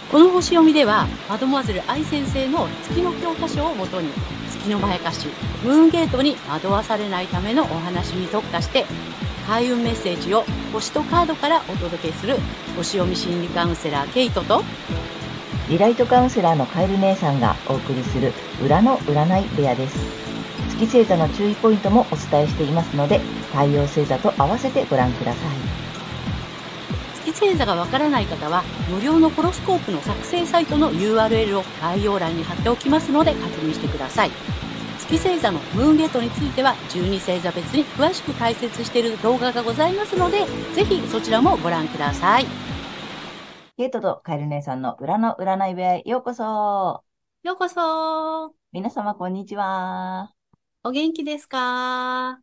この星読みでは、マドモアゼル愛先生の月の教科書をもとに、月のまやかし、ムーンゲートに惑わされないためのお話に特化して、開運メッセージを星とカードからお届けする星読み心理カウンセラーケイトと、 リライトカウンセラーのカエル姉さんがお送りする裏の占い部屋です。月星座の注意ポイントもお伝えしていますので、太陽星座と合わせてご覧ください。 月星座がわからない方は、無料のホロスコープの作成サイトの URL を概要欄に貼っておきますので確認してください。月星座のムーンゲートについては12星座別に詳しく解説している動画がございますので、ぜひそちらもご覧ください。 ケイトとカエル姉さんの裏の占い部屋へようこそ。 ようこそ。 皆様こんにちは。 お元気ですか？ はい、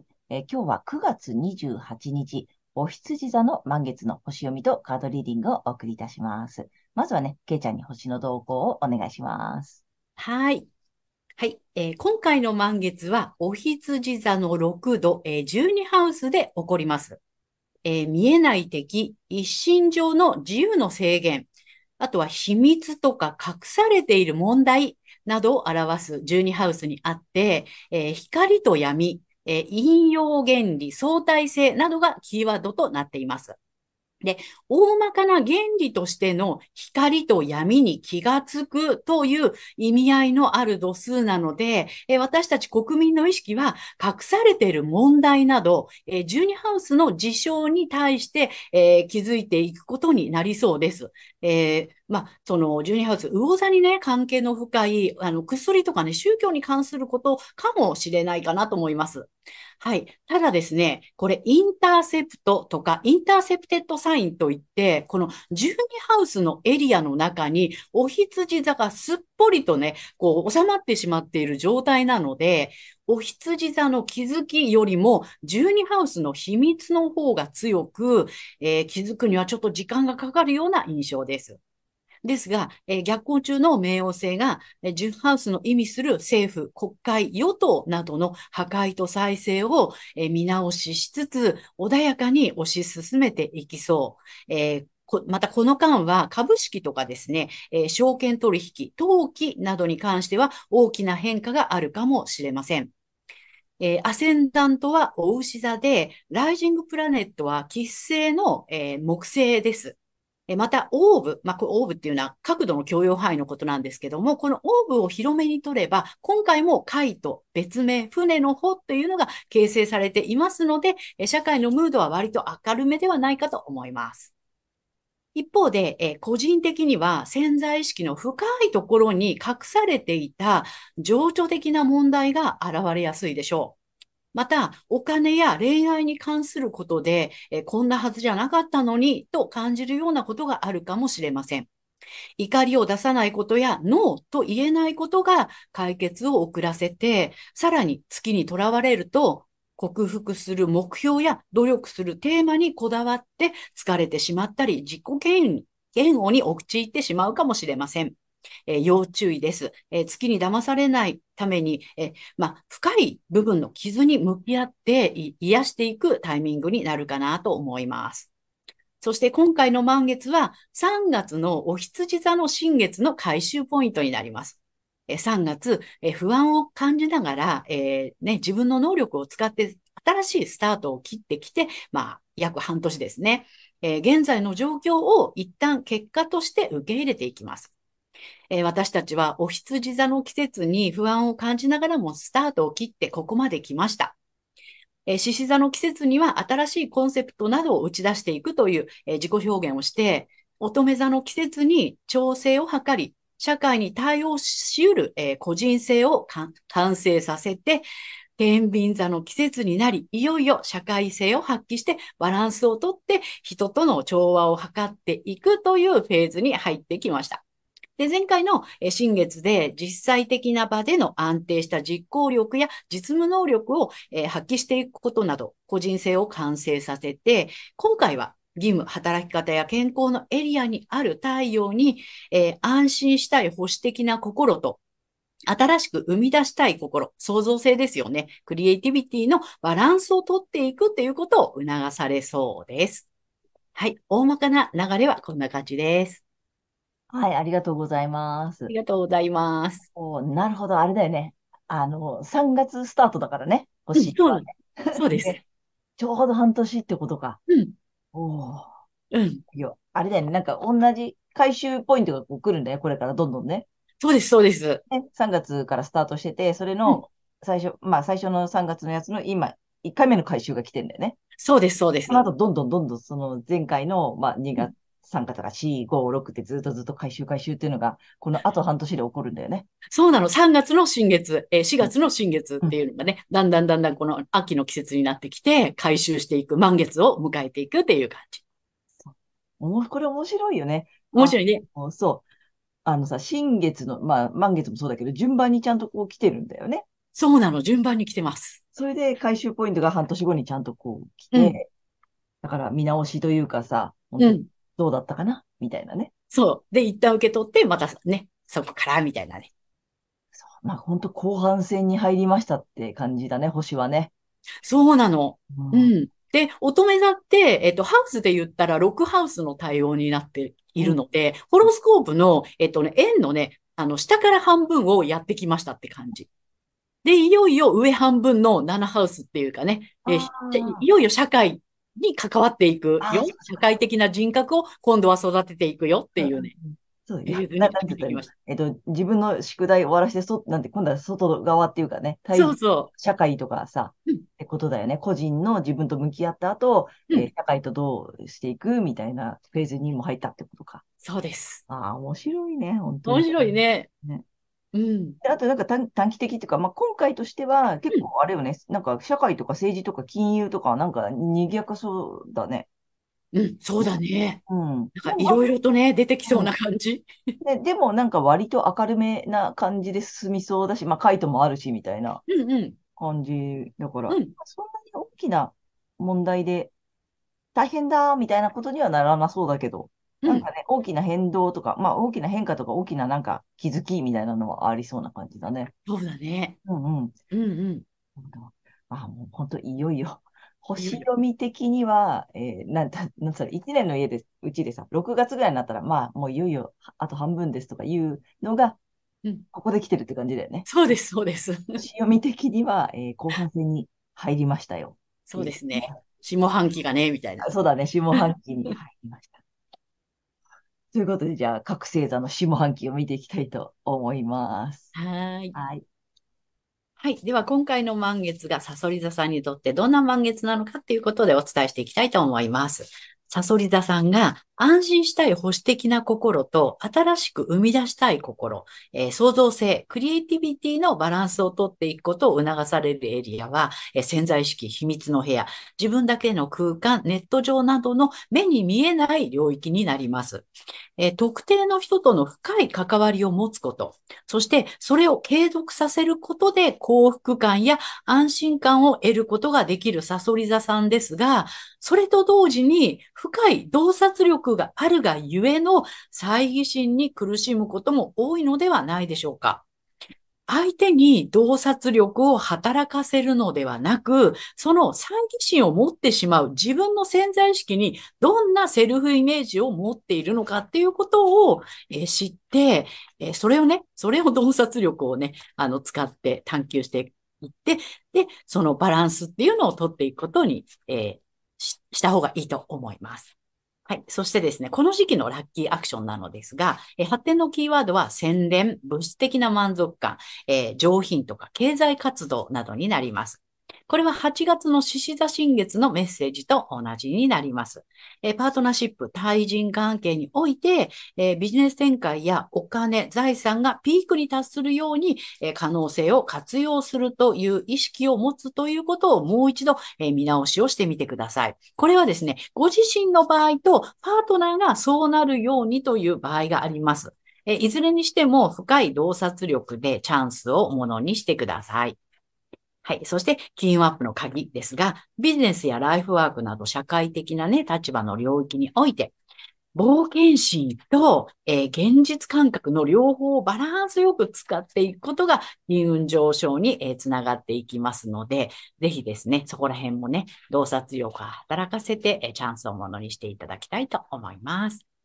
今日は9月28日、お羊座の満月の星読みとカードリーディングをお送りいたします。まずはね、ケイちゃんに星の動向をお願いします。 はい。はい、今回の満月は、お羊座の6度、12ハウスで起こります。見えない敵、一身上の自由の制限、あとは秘密とか隠されている問題などを表す12ハウスにあって、光と闇、引用原理、相対性などがキーワードとなっています。で、大まかな原理としての光と闇に気がつくという意味合いのある度数なので、私たち国民の意識は隠されている問題など、12ハウスの事象に対して、気づいていくことになりそうです。その12ハウス、魚座にね、関係の深い、薬とかね、宗教に関することかもしれないかなと思います。はい。ただですね、これ、インターセプトとか、インターセプテッドサインといって、この12ハウスのエリアの中に、お羊座がすっぽりとね、こう、収まってしまっている状態なので、お羊座の気づきよりも、12ハウスの秘密の方が強く、気づくにはちょっと時間がかかるような印象です。ですが、逆行中の冥王星が、ジュンハウスの意味する政府、国会、与党などの破壊と再生を、見直ししつつ、穏やかに推し進めていきそう。またこの間は株式とかですね、証券取引、登記などに関しては大きな変化があるかもしれません。アセンダントはお牛座で、ライジングプラネットは吉星の、木星です。また、オーブ、これオーブっていうのは角度の許容範囲のことなんですけども、このオーブを広めに取れば、今回も貝と別名、船の帆というのが形成されていますので、社会のムードは割と明るめではないかと思います。一方で、個人的には潜在意識の深いところに隠されていた情緒的な問題が現れやすいでしょう。また、お金や恋愛に関することで、こんなはずじゃなかったのに、と感じるようなことがあるかもしれません。怒りを出さないことや、ノーと言えないことが解決を遅らせて、さらに月にとらわれると、克服する目標や努力するテーマにこだわって疲れてしまったり、自己嫌悪に陥ってしまうかもしれません。要注意です。月に騙されないために、深い部分の傷に向き合って癒していくタイミングになるかなと思います。そして今回の満月は3月のお羊座の新月の回収ポイントになります。3月、不安を感じながら、自分の能力を使って新しいスタートを切ってきて、約半年ですね。現在の状況を一旦結果として受け入れていきます。私たちはお羊座の季節に不安を感じながらもスタートを切ってここまで来ました。獅子座の季節には新しいコンセプトなどを打ち出していくという、自己表現をして、乙女座の季節に調整を図り、社会に対応し得る、個人性を完成させて、天秤座の季節になり、いよいよ社会性を発揮してバランスをとって人との調和を図っていくというフェーズに入ってきました。で、前回の新月で実際的な場での安定した実行力や実務能力を発揮していくことなど、個人性を完成させて、今回は義務、働き方や健康のエリアにある太陽に、安心したい保守的な心と、新しく生み出したい心、創造性ですよね。クリエイティビティのバランスをとっていくっていうことを促されそうです。はい。大まかな流れはこんな感じです。 はい、ありがとうございます。 りがとうございます。 なるほど、あれだよね。3月スタートだからね、 うん、 星はそう、そうね。 です。 で、ちょうど半年ってことか。 うん、 おー、 うん。 いや、あれだよね。なんか同じ回収ポイントがこう来るんだよ。これからどんどんね。 そうです、そうです。 ね、3月からスタートしてて、それうん、 の最初の3月のやつの今、1回目の回収が来てんだよね。 そうです、そうです。 この後、どんどん、その前回の、2 うん、 月、3月とか4、5、6ってずっと回収っていうのが、この後半年で起こるんだよね。 そうなの。3月の新月、4 うん。 月の新月っうん。 ていうのがね、だんだんだんだんこの秋の季節になってきて、回収していく、満月を迎えていくっていう感じ。 これ面白いよね。あ、 面白いね。 そう。新月の、満月もそうだけど、順番にちゃんとこう来てるんだよね。 そうなの。順番に来てます。 それで回収ポイントが半年後にちゃんとこう来うん、 て、だから見直しというかさ、本当にうん。 どうだったかなみたいなね。 そう。で、一旦受け取って、またね、そこからみたいなね。 本当後半戦に入りましたって感じだね、星はね。 そうなの。 うん。 うん。で、乙女座って、ハウスで言ったら6ハウスの対応になっていうん。 るので、ホロスコープの、円のね、下から半分をやってきましたって感じ。で、いよいよ上半分の7ハウスっていうかね、いあよいよ社会に関わっていくあ、 よ。社会的な人格を今度は育てていくよってうんうんいうね、 うん。そうフェや、 ーズに入なんて言ったらいいの。 ってきました。 自分の宿題終わらせて、なんて、今度は外側っていうかね、 そうそ社会とかさ、 う。うん、 ってことだよね。個人の自分と向き合った後、 うん。 社会とどうしていくみたいなフェーズにも入ったってことか。 そうです。 ああ、面白いね、本当に。 面白いね。 ね。 うん。 であとなんか短期的っていうか、今回としては結うん。 構あれよね、なんか社会とか政治とか金融とかなんか賑やかそうだね。 うん。そうだね。 うん。 なんかいろいろとね、出てきそうな感じ。 でもなんか割と明るめな感じで進みそうだし、カイトもあるしみたいなうんうん。 感じだから、 うん。 そんなに大きな問題で大変だみたいなことにはならなそうだけど、 うん。 なんかね、大きな変動とか、大きな変化とか大きななんか気づきみたいなのはありそうな感じだね。 そうだね。 うんうん。 うんうん。 もう本当いよいよ。 いよいよ。 星読み的には、なんつうの、1年のうちでさ、6月ぐらいになったら、もういよいよ、あと半分ですとかいうのが、 うん。 ここで来てるって感じだよね。 そうです、そうです。 星読み的には、後半戦に入りましたよ。 そういいですね。 ですね。 下半期がね、みたいな。 そうだね、下半期に入りました。ということで、じゃあ、各星座の下半期を見ていきたいと思います。 はーい。 はい。 はい。では、今回の満月がサソリ座さんにとってどんな満月なのかということでお伝えしていきたいと思います。サソリ座さんが安心したい保守的な心と新しく生み出したい心、創造性、クリエイティビティのバランスをとっていくことを促されるエリアは、潜在意識、秘密の部屋、自分だけの空間、ネット上などの目に見えない領域になります。特定の人との深い関わりを持つこと、そしてそれを継続させることで幸福感や安心感を得ることができるサソリ座さんですが、それと同時に深い洞察力があるがゆえの猜疑心に苦しむことも多いのではないでしょうか。相手に洞察力を働かせるのではなく、その猜疑心を持ってしまう自分の潜在意識にどんなセルフイメージを持っているのかっていうことを知って、それを洞察力をね、使って探求していって、で、そのバランスっていうのを取っていくことに、した方がいいと思います。はい。そしてですね、この時期のラッキーアクションなのですが、発展のキーワードは洗練、物質的な満足感、上品とか経済活動などになります。これは8月の獅子座新月のメッセージと同じになります。パートナーシップ、対人関係において、ビジネス展開やお金、財産がピークに達するように、可能性を活用するという意識を持つということをもう一度、見直しをしてみてください。これはですね、ご自身の場合とパートナーがそうなるようにという場合があります。いずれにしても深い洞察力でチャンスをものにしてください。はい。そして、金運アップの鍵ですが、ビジネスやライフワークなど社会的なね、立場の領域において、冒険心と、現実感覚の両方をバランスよく使っていくことが金運上昇に、つながっていきますので、ぜひですね、そこら辺もね、洞察力を働かせて、チャンスをものにしていただきたいと思います。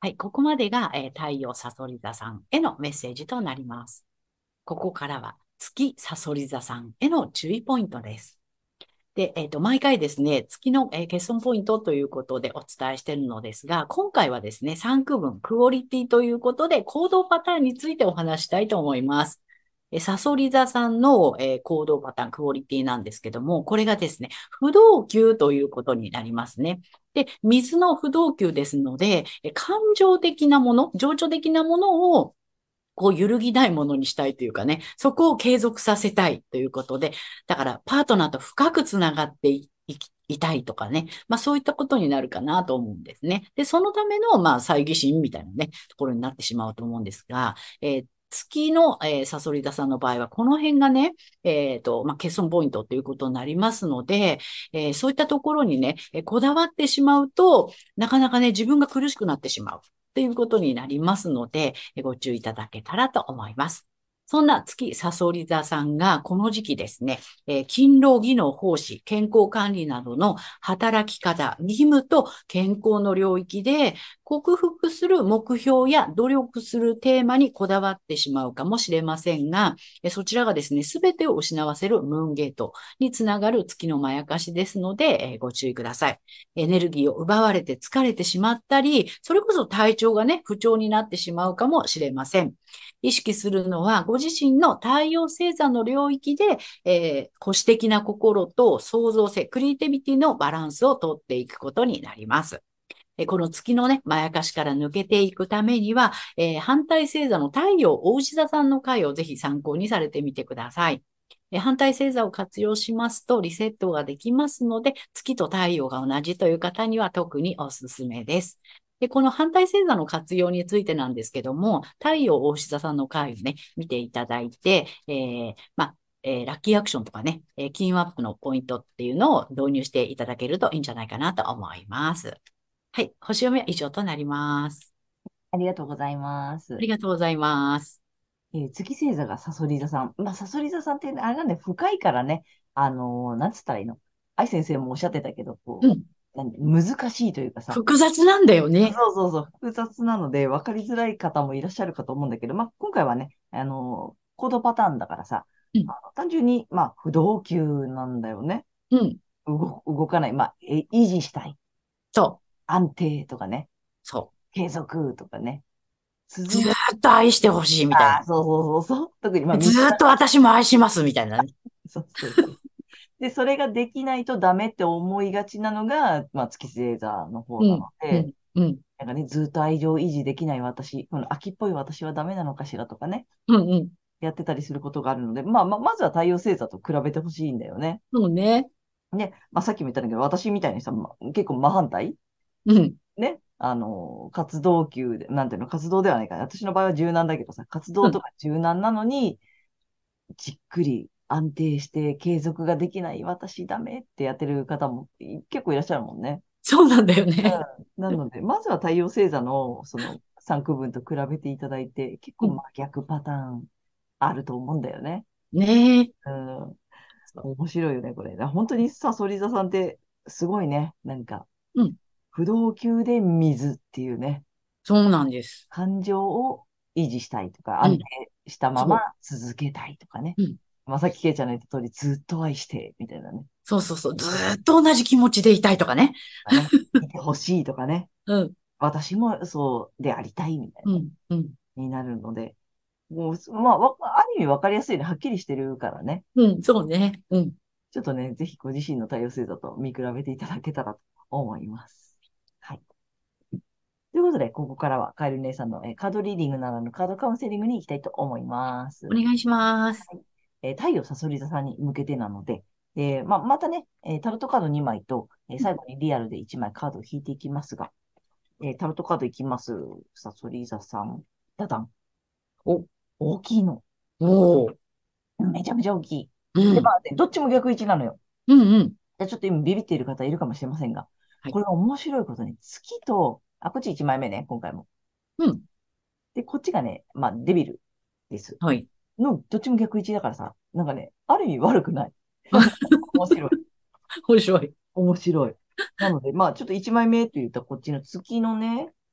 はい、ここまでが、太陽さそり座さんへのメッセージとなります。ここからは月さそり座さんへの注意ポイントです。で、毎回ですね、月の、欠損ポイントということでお伝えしているのですが、今回はですね、3区分、クオリティということで、行動パターンについてお話したいと思います。さそり座さんの、行動パターン、クオリティなんですけども、これがですね、不動級ということになりますね。で、水の不動級ですので、感情的なもの、情緒的なものをこう揺るぎないものにしたいというかね、そこを継続させたいということで、だからパートナーと深くつながっていたいとかね、まあそういったことになるかなと思うんですね。で、そのための、まあ、猜疑心みたいなね、ところになってしまうと思うんですが、月の、サソリ座さんの場合は、この辺がね、まあ、欠損ポイントということになりますので、そういったところにね、こだわってしまうと、なかなかね、自分が苦しくなってしまう。ということになりますので、ご注意いただけたらと思います。そんな月さそり座さんがこの時期ですね、勤労技能奉仕、健康管理などの働き方、義務と健康の領域で克服する目標や努力するテーマにこだわってしまうかもしれませんが、そちらがですね、すべてを失わせるムーンゲートにつながる月のまやかしですので、ご注意ください。エネルギーを奪われて疲れてしまったり、それこそ体調がね、不調になってしまうかもしれません。意識するのは、ご自身の太陽星座の領域で、保守的な心と創造性、クリエイティビティのバランスをとっていくことになります。この月のね、まやかしから抜けていくためには、反対星座の太陽大牛座さんの回をぜひ参考にされてみてください。反対星座を活用しますとリセットができますので、月と太陽が同じという方には特におすすめです。で、この反対星座の活用についてなんですけども、太陽大牛座さんの回をね、見ていただいて、まあ、ラッキーアクションとかね、金運アップのポイントっていうのを導入していただけるといいんじゃないかなと思います。はい。星読みは以上となります。 ありがとうございまあす。 りがとうございます。 月星座がサソリ座さん。まあ、サソリ座さんってね、あれなんで深いからね、なんつったらいいの。愛先生もおっしゃってたけど、 うん。 難しいというかさ、 複雑なんだよそうね。 そうそう、複雑なので分かりづらい方もいらっしゃるかと思うんだけど、まあ、今回はね、行動パターンだからさ、 うん。 単純に、まあ、不動級なんだよね。 うん。 動かない。まあ、維持したい。 そう。 安定とかね。 そ継続とかね。 う。ず続ーっと愛してほしいみたいな。 あそうそうそうそう。特に、まあ、 ずーっと私も愛しますみたいなね。 そうそうそう。で、それができないとダメって思いがちなのが、まあ、月星座の方なのうん。うで、 ん。うん。 なんかね、ずっと愛情維持できない私、この秋っぽい私はダメなのかしらとかね、 うん。うん。 やってたりすることがあるので、まずは太陽星座と比べてほしいんだよね。 そうね。 ね、まあ、さっきも言ったんだけど、私みたいにさ、結構真反対うん。 ね、活動級で、なんていうの、活動ではないかな。私の場合は柔軟だけどさ、活うん。 動とか柔軟なのに、じっくり安定して継続ができない私ダメってやってる方も結構いらっしゃるもんね。 そうなんだよね。 なので、まずは太陽星座のその3区分と比べていただいて、結構真うん。 逆パターンあると思うんだよね。 ねえ。 うん。 そう。 面白いよね、これ。本当にさそり座さんってすごいね。なんか、 うん。 不動級で水っていうね、 そうなんです。 感情を維持したいとか、安定うん。 したままそう。 続けたいとかね。 うん。 まあ、さっきケイちゃんの言った通り、ずっと愛して、みたいなね。 そうそうそう。ずーっと同じ気持ちでいたいとかね。 ね、いてほしいとかね。 うん。 私もそうでありたいみたいな、 うん。うん。 になるので、もう、まあ、ある意味わかりやすいね。はっきりしてるからね。 うん。そうね。うん。 ちょっとね、ぜひご自身の多様性だと見比べていただけたらと思います。はい。ということで、ここからはカエル姉さんのカードリーディングならぬカードカウンセリングに行きたいと思います。 お願いします。 太陽さそり座さんに向けてなので、またね、タロットカード2枚と、最後にリアルで1枚カードを引いていきますが、タロットカードいきます。さそり座さん。ダダン。お、大きいの。 おー。 めちゃめちゃ大きい。で、まうん。 あね、どっちも逆位置なのよ。 うんうん。 じゃあちょっと今ビビっている方いるかもしれませんが、 はい。 これは面白いことに、月と、こっち1枚目ね、今回も。 うん。 で、こっちがね、まあ、デビルです。 はい。 どっちも逆位置だからさ、なんかね、ある意味悪くない。面白い。 面白い。 面白い。なので、まあ、ちょっと1枚目と言ったこっちの月のね、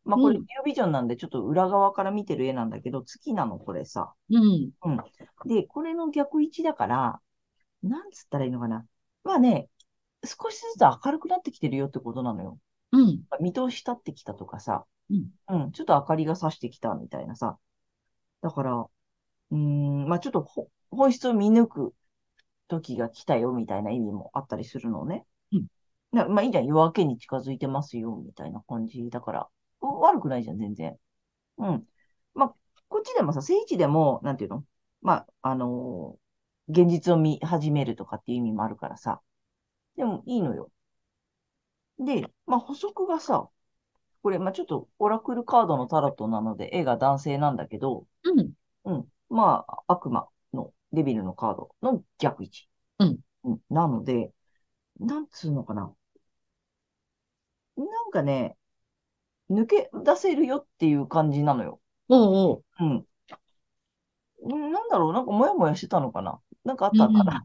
まあこれ、ニうん、 ュービジョンなんでちょっと裏側から見てる絵なんだけど、月なの、これさ。 うん、 うん。で、これの逆位置だから、なんつったらいいのかな。まあね、少しずつ明るくなってきてるよってことなのよ。 うん、 見通し立ってきたとかさ、 うん。 うん、ちょっと明かりが差してきたみたいなさ。だから、まあちょっと本質を見抜く時が来たよみたいな意味もあったりするのね。 うん。 まあいいじゃん。夜明けに近づいてますよみたいな感じだから、悪くないじゃん、全然。うん。まあ、こっちでもさ、聖地でも、なんていうの、まあ、現実を見始めるとかっていう意味もあるからさ。でもいいのよ。で、まあ補足がさ、これ、まあちょっとオラクルカードのタロットなので、絵が男性なんだけど、 うん、 うん。まあ、悪魔のデビルのカードの逆位置。 うん。 うん。なので、なんつうのかな。なんかね、抜け出せるよっていう感じなのよ。 おうおう。 うん。なんだろう、なんかモヤモヤしてたのかな。なんかあっうん。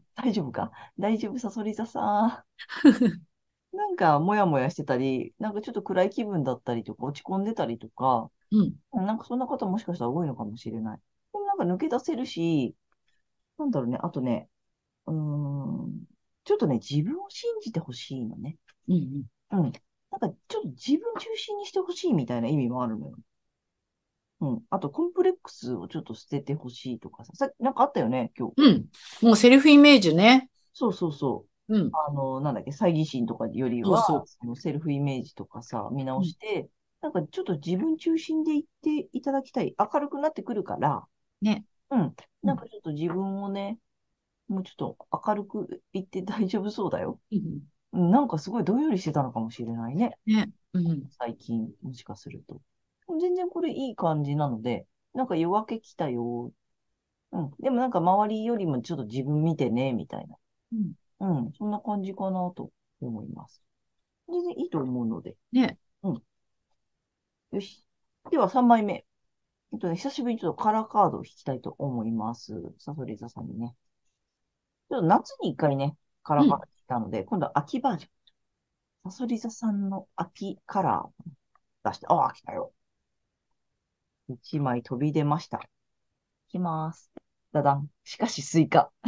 たかな。大丈夫か。大丈夫、さそり座さん。なんかモヤモヤしてたり、なんかちょっと暗い気分だったりとか、落ち込んでたりとか、 うん。 なんかそんな方もしかしたら多いのかもしれない。でもなんか抜け出せるし、なんだろうね、あとね、うーん、ちょっとね、自分を信じてほしいのね。 うん。 うん。なんかちょっと自分中心にしてほしいみたいな意味もあるのよ。うん。あと、コンプレックスをちょっと捨ててほしいとかさ、さっきなんかあったよね、今日。 うん。もうセルフイメージね。 そうそうそう。 うん。 なんだっけ、猜疑心とかよりは、 そうそそのセルフイメージとかさ、見う。うん。 直して、なんかちょっと自分中心で言っていただきたい。明るくなってくるから、 ね。 うん。 うん。 なんかちょっと自分をね、もうちょっと明るく言って大丈夫そうだよ。 うん。 うんなんかすごいどんよりしてたのかもしれないね。 ね。うん。 最近、もしかすると。全然これいい感じなので、なんか夜明け来たよ。うん。でもなんか周りよりもちょっと自分見てね、みたいな。 うん。 うん。そんな感じかなと思います。全然いいと思うので。 ね。 うん。よし。では3枚目。久しぶりにちょっとカラーカードを引きたいと思います。サソリ座さんにね。ちょっと夏に1回ね、カラうん。 ーカード引いたので、今度は秋バージョン。サソリ座さんの秋カラーを出して、ああ、来たよ。1枚飛び出ました。いきます。ダダン。しかしスイカ。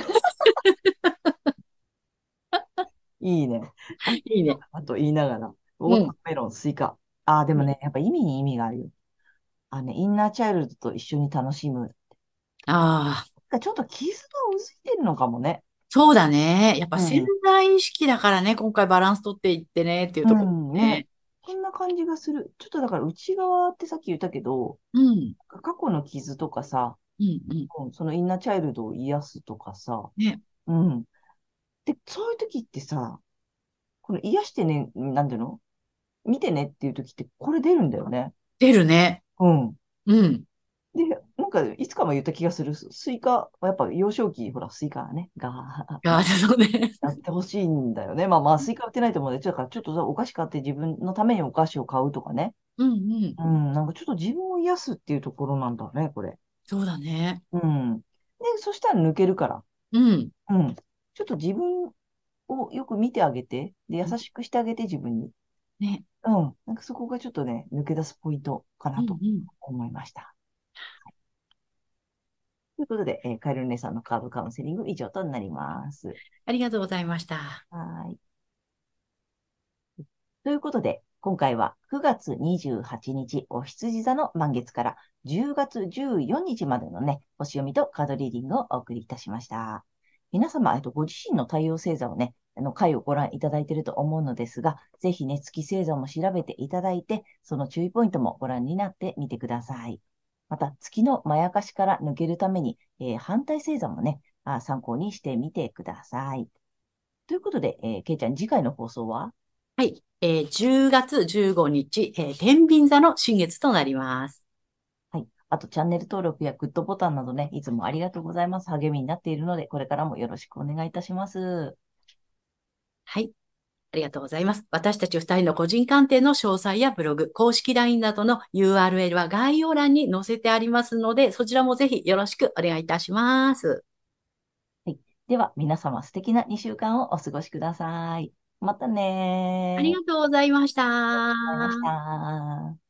いいね。秋いいね。 だと言いながら、ウォーターうん。 メロン、スイカ。ああ、でうん。 もね、やっぱ意味に意味があるよ。インナーチャイルドと一緒に楽しむ。 ああ、 ちょっと傷がうずいてるのかもね。 そうだね。やっぱ潜うん。 在意識だからね、今回バランス取っていってね、っていううところん、ね。 ね。 そんな感じがする。ちょっとだから内側ってさっき言ったけど、 うん。 過去の傷とかさ、 うん。うん。 そのインナーチャイルドを癒すとかさ、 ね。 うん。で、そういう時ってさ、この癒してね、なんていうの見てねっていう時ってこれ出るんだよね。 出るね。 うん。 うん。 で、なんか、いつかも言った気がする。スイカはやっぱ幼少期、ほら、スイカね、 ああ、そうね。 やってほしいんだよね。まあまあ、スイカ売ってないと思うんで、だからちょっとさお菓子買って自分のためにお菓子を買うとかね。 うん。うん。 うん、なんかちょっと自分を癒すっていうところなんだね、これ。 そうだね。 うん。で、そしたら抜けるから。 うん。 うん。ちょっと自分をよく見てあげて、で、優しくしてあげて、自分に。 ね。 うん。なんかそこがちょっとね、抜け出すポイントかうん。 なとうん。 思いました。ということで、カエル姉さんのカードカウンセリング以上となります。 ありがとうございました。 はい。ということで、今回は9月28日、お羊座の満月から10月14日までのね、星読みとカードリーディングをお送りいたしました。皆様、ご自身の太陽星座をね、回をご覧いただいていると思うのですが、ぜひね、月星座も調べていただいて、その注意ポイントもご覧になってみてください。また、月のまやかしから抜けるために、反対星座もね、参考にしてみてください。ということで、けいちゃん、次回の放送ははい。10月15日、天秤座の新月となります。 はい。あと、チャンネル登録やグッドボタンなどね、いつもありがとうございます。励みになっているので、これからもよろしくお願いいたします。 はい。ありがとうございます。私たち2人の個人鑑定の詳細やブログ、公式 LINE などの URL は概要欄に載せてありますので、そちらもぜひよろしくお願いいたします。 はい。では、皆様素敵な2週間をお過ごしください。またねー。 ありがとうございましありがとうございました。 た。